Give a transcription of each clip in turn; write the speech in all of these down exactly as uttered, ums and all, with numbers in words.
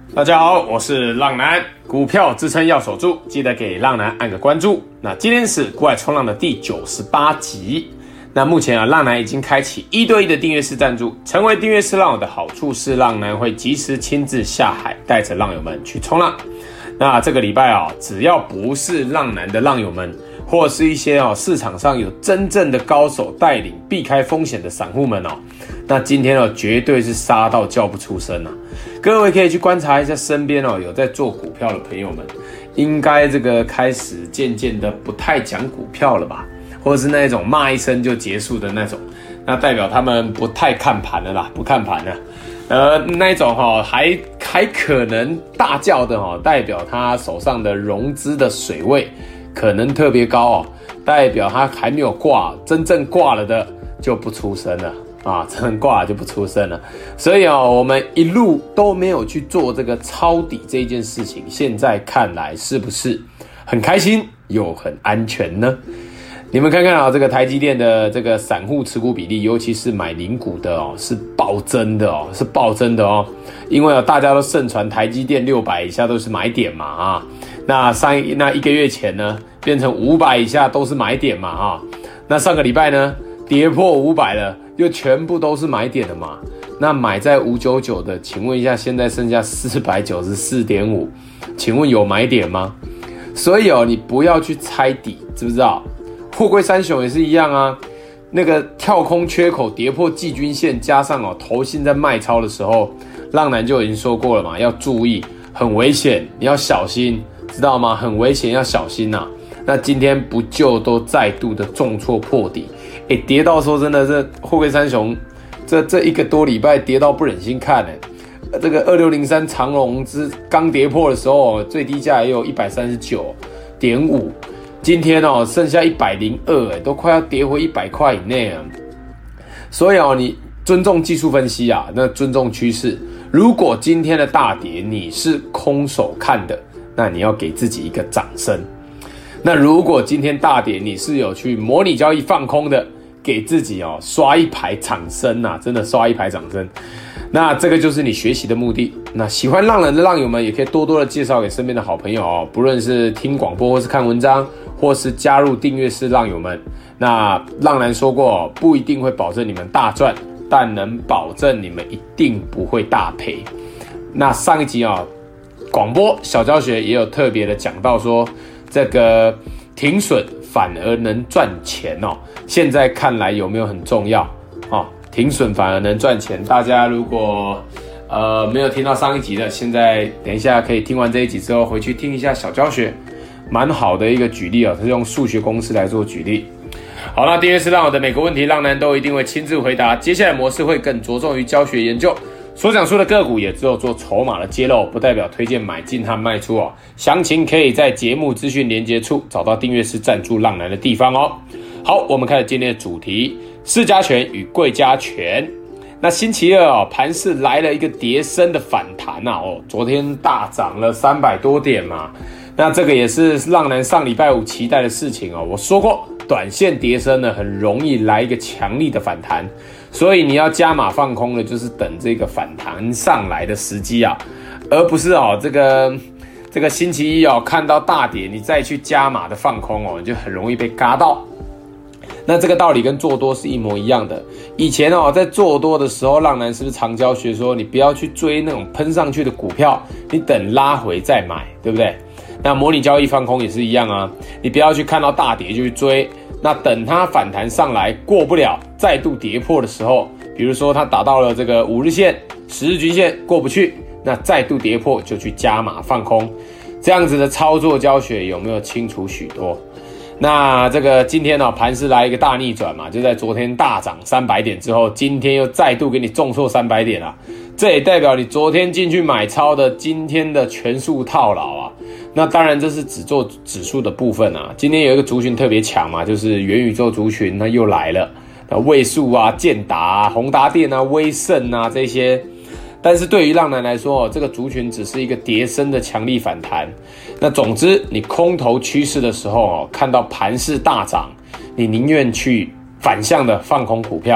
大家好，我是浪男，股票支撑要守住，记得给浪男按个关注。那今天是股海冲浪的第九十八集。那目前啊，浪男已经开启一对一的订阅式赞助，成为订阅式浪友的好处是，浪男会及时亲自下海，带着浪友们去冲浪。那这个礼拜啊，只要不是浪男的浪友们，或是一些哦市场上有真正的高手带领避开风险的散户们哦，那今天哦绝对是杀到叫不出声啊！各位可以去观察一下身边哦有在做股票的朋友们，应该这个开始渐渐的不太讲股票了吧，或者是那种骂一声就结束的那种，那代表他们不太看盘了啦，不看盘了。呃，那一种哈、哦、还还可能大叫的哈、哦，代表他手上的融资的水位可能特别高哦，代表他还没有挂，真正挂了的就不出声了啊，真正挂了就不出声了。所以哦，我们一路都没有去做这个抄底这件事情，现在看来是不是很开心又很安全呢？你们看看啊，这个台积电的这个散户持股比例，尤其是买零股的哦，是暴增的哦，是暴增的哦。因为啊，大家都盛传台积电六百以下都是买点嘛啊。那上一那一个月前呢，变成五百以下都是买点嘛啊。那上个礼拜呢，跌破五百了，又全部都是买点了嘛。那买在五百九十九的，请问一下，现在剩下四百九十四点五，请问有买点吗？所以哦，你不要去猜底，知不知道？货柜三雄也是一样啊，那个跳空缺口跌破季均线，加上哦投信在卖超的时候，浪男就已经说过了嘛，要注意，很危险，你要小心，知道吗？很危险，要小心呐、啊。那今天不就都再度的重挫破底，哎，跌到说真的，这货柜三雄这这一个多礼拜跌到不忍心看哎，这个二六零三长荣之刚跌破的时候，最低价也有一百三十九点五。今天哦，剩下一百零二，哎，都快要跌回一百块以内了。所以哦，你尊重技术分析啊，那尊重趋势。如果今天的大跌你是空手看的，那你要给自己一个掌声。那如果今天大跌你是有去模拟交易放空的，给自己哦刷一排掌声啊，真的刷一排掌声。那这个就是你学习的目的。那喜欢浪人的浪友们，也可以多多的介绍给身边的好朋友哦，不论是听广播或是看文章，或是加入订阅式浪友们。那浪男说过，不一定会保证你们大赚，但能保证你们一定不会大赔。那上一集啊、哦，广播小教学也有特别的讲到说，这个停损反而能赚钱哦。现在看来有没有很重要哦？停损反而能赚钱，大家如果呃没有听到上一集的，现在等一下可以听完这一集之后回去听一下小教学，蛮好的一个举例啊、哦，是用数学公式来做举例。好，那订阅式浪友的每个问题，浪男都一定会亲自回答。接下来模式会更着重于教学研究，所讲述的个股也只有做筹码的揭露，不代表推荐买进和卖出哦。详情可以在节目资讯连结处找到订阅式赞助浪男的地方哦。好，我们开始今天的主题：市加权与贵加权。那星期二哦，盘市来了一个跌深的反弹啊！哦，昨天大涨了三百多点嘛。那这个也是浪男上礼拜五期待的事情哦。我说过，短线跌深呢，很容易来一个强力的反弹，所以你要加码放空的，就是等这个反弹上来的时机啊，而不是哦这个这个星期一哦看到大跌，你再去加码的放空哦，你就很容易被嘎到。那这个道理跟做多是一模一样的。以前哦，在做多的时候，浪男是不是常教学说，你不要去追那种喷上去的股票，你等拉回再买，对不对？那模拟交易放空也是一样啊，你不要去看到大跌就去追，那等它反弹上来过不了，再度跌破的时候，比如说它打到了这个五日线、十日均线过不去，那再度跌破就去加码放空，这样子的操作教学有没有清楚许多？那这个今天呢，盘势来一个大逆转嘛，就在昨天大涨三百点之后，今天又再度给你重挫三百点啊，这也代表你昨天进去买超的，今天的全数套牢啊。那当然这是只做指数的部分啊，今天有一个族群特别强嘛，就是元宇宙族群，那又来了，那位数啊、建达啊、宏达电啊、威盛啊这些。但是对于浪男来说，这个族群只是一个跌深的强力反弹。那总之，你空头趋势的时候，看到盘势大涨，你宁愿去反向的放空股票，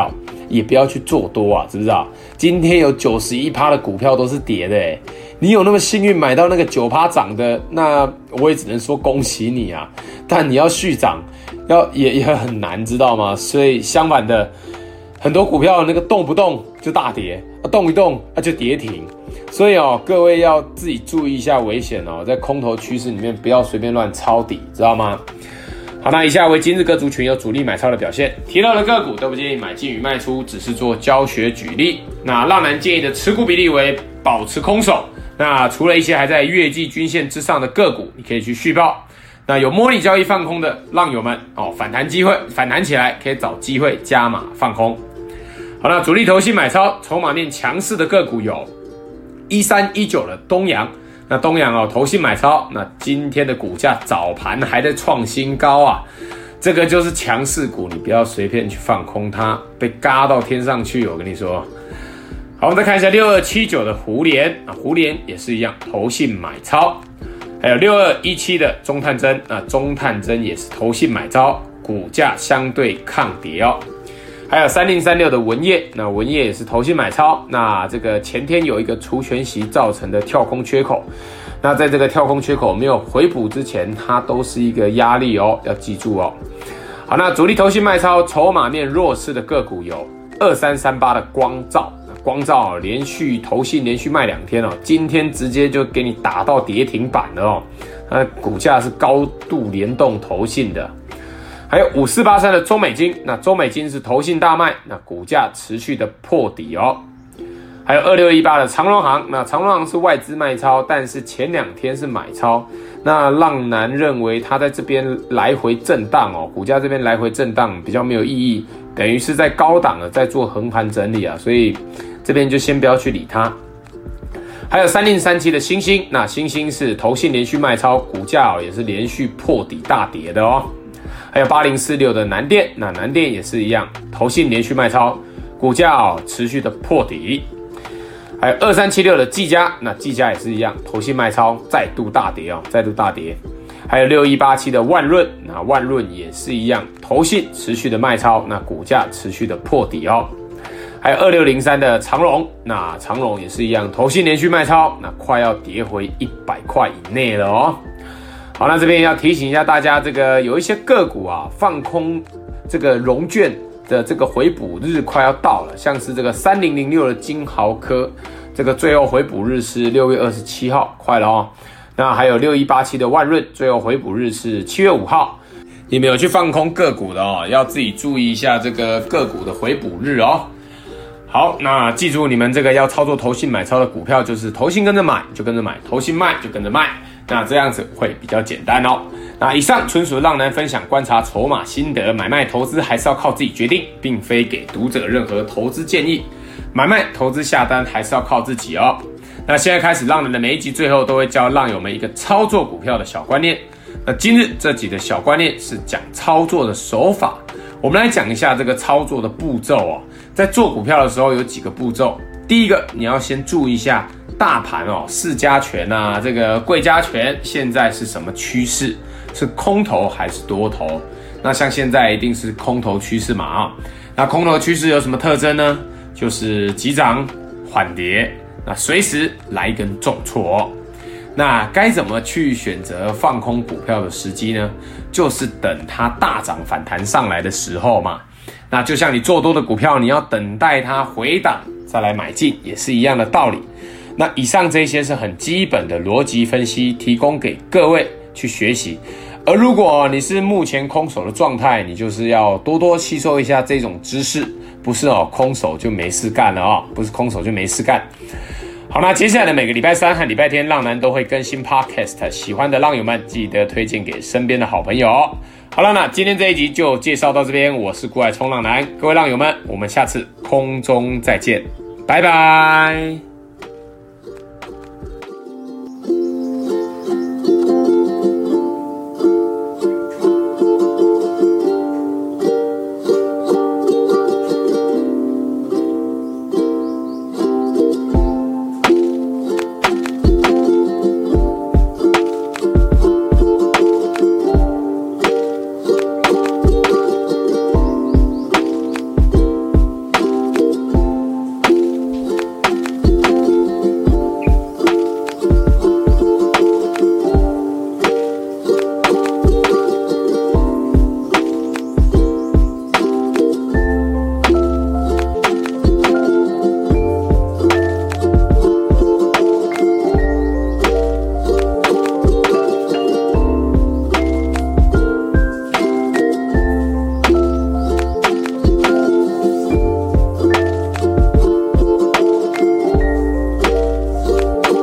也不要去做多啊，知不知道？今天有 百分之九十一 的股票都是跌的诶，你有那么幸运买到那个 百分之九 涨的，那我也只能说恭喜你啊。但你要续涨，要也也很难，知道吗？所以相反的，很多股票那个动不动就大跌，啊、动一动啊就跌停。所以哦，各位要自己注意一下危险哦，在空头趋势里面不要随便乱抄底，知道吗？好，那以下为今日各族群有主力买超的表现，提到的个股都不建议买进与卖出，只是做教学举例。那浪男建议的持股比例为保持空手。那除了一些还在月季均线之上的个股，你可以去续报。那有模拟交易放空的浪友们哦，反弹机会反弹起来可以找机会加码放空。好，那主力投信买超筹码面强势的个股有一三一九的东阳。那东阳哦，投信买超，那今天的股价早盘还在创新高啊，这个就是强势股，你不要随便去放空它，被嘎到天上去，我跟你说。好，我们再看一下六二七九的胡连啊，胡连也是一样，投信买超。还有六二一七的中探针，那中探针也是投信买超，股价相对抗跌哦。还有三零三六的文业，那文业也是投信买超，那这个前天有一个除权息造成的跳空缺口，那在这个跳空缺口没有回补之前，它都是一个压力哦，要记住哦。好，那主力投信卖超，筹码面弱势的个股有二三三八的光罩，光罩、哦、连续投信连续卖两天哦，今天直接就给你打到跌停板了哦，那股价是高度联动投信的。还有五四八三的中美金，那中美金是投信大卖，那股价持续的破底哦。还有二六一八的长荣航，那长荣航是外资卖超，但是前两天是买超。那浪男认为它在这边来回震荡哦，股价这边来回震荡比较没有意义，等于是在高档的在做横盘整理啊，所以这边就先不要去理它。还有三零三七的星星，那星星是投信连续卖超，股价、哦、也是连续破底大跌的哦。还有八零四六的南电，那南电也是一样，投信连续卖超，股价、哦、持续的破底。还有二三七六的技嘉，那技嘉也是一样，投信卖超，再度大跌哦，再度大跌。还有六一八七的万润，那万润也是一样，投信持续的卖超，那股价持续的破底哦。还有二六零三的长荣，那长荣也是一样，投信连续卖超，那快要跌回一百块以内了哦。好，那这边要提醒一下大家，这个有一些个股啊，放空这个融券的这个回补日快要到了，像是这个三零零六的金豪科，这个最后回补日是六月二十七号，快了哦。那还有六一八七的万润，最后回补日是七月五号。你们有去放空个股的哦，要自己注意一下这个个股的回补日哦。好，那记住你们这个要操作投信买超的股票，就是投信跟着买就跟着买，投信卖就跟着卖。那这样子会比较简单哦。那以上纯属浪男分享观察筹码心得，买卖投资还是要靠自己决定，并非给读者任何投资建议。买卖投资下单还是要靠自己哦。那现在开始，浪男的每一集最后都会教浪友们一个操作股票的小观念。那今日这集的小观念是讲操作的手法，我们来讲一下这个操作的步骤哦。在做股票的时候有几个步骤，第一个你要先注意一下大盘哦，市加权啊，这个贵加权现在是什么趋势？是空头还是多头？那像现在一定是空头趋势嘛啊、哦？那空头趋势有什么特征呢？就是急涨缓跌，那随时来一根重挫哦。那该怎么去选择放空股票的时机呢？就是等它大涨反弹上来的时候嘛。那就像你做多的股票，你要等待它回档再来买进，也是一样的道理。那以上这些是很基本的逻辑分析，提供给各位去学习。而如果你是目前空手的状态，你就是要多多吸收一下这种知识，不是哦，空手就没事干了哦，不是空手就没事干。好，那接下来的每个礼拜三和礼拜天，浪男都会更新 podcast， 喜欢的浪友们记得推荐给身边的好朋友哦。好了，那今天这一集就介绍到这边，我是股海冲浪男，各位浪友们，我们下次空中再见，拜拜。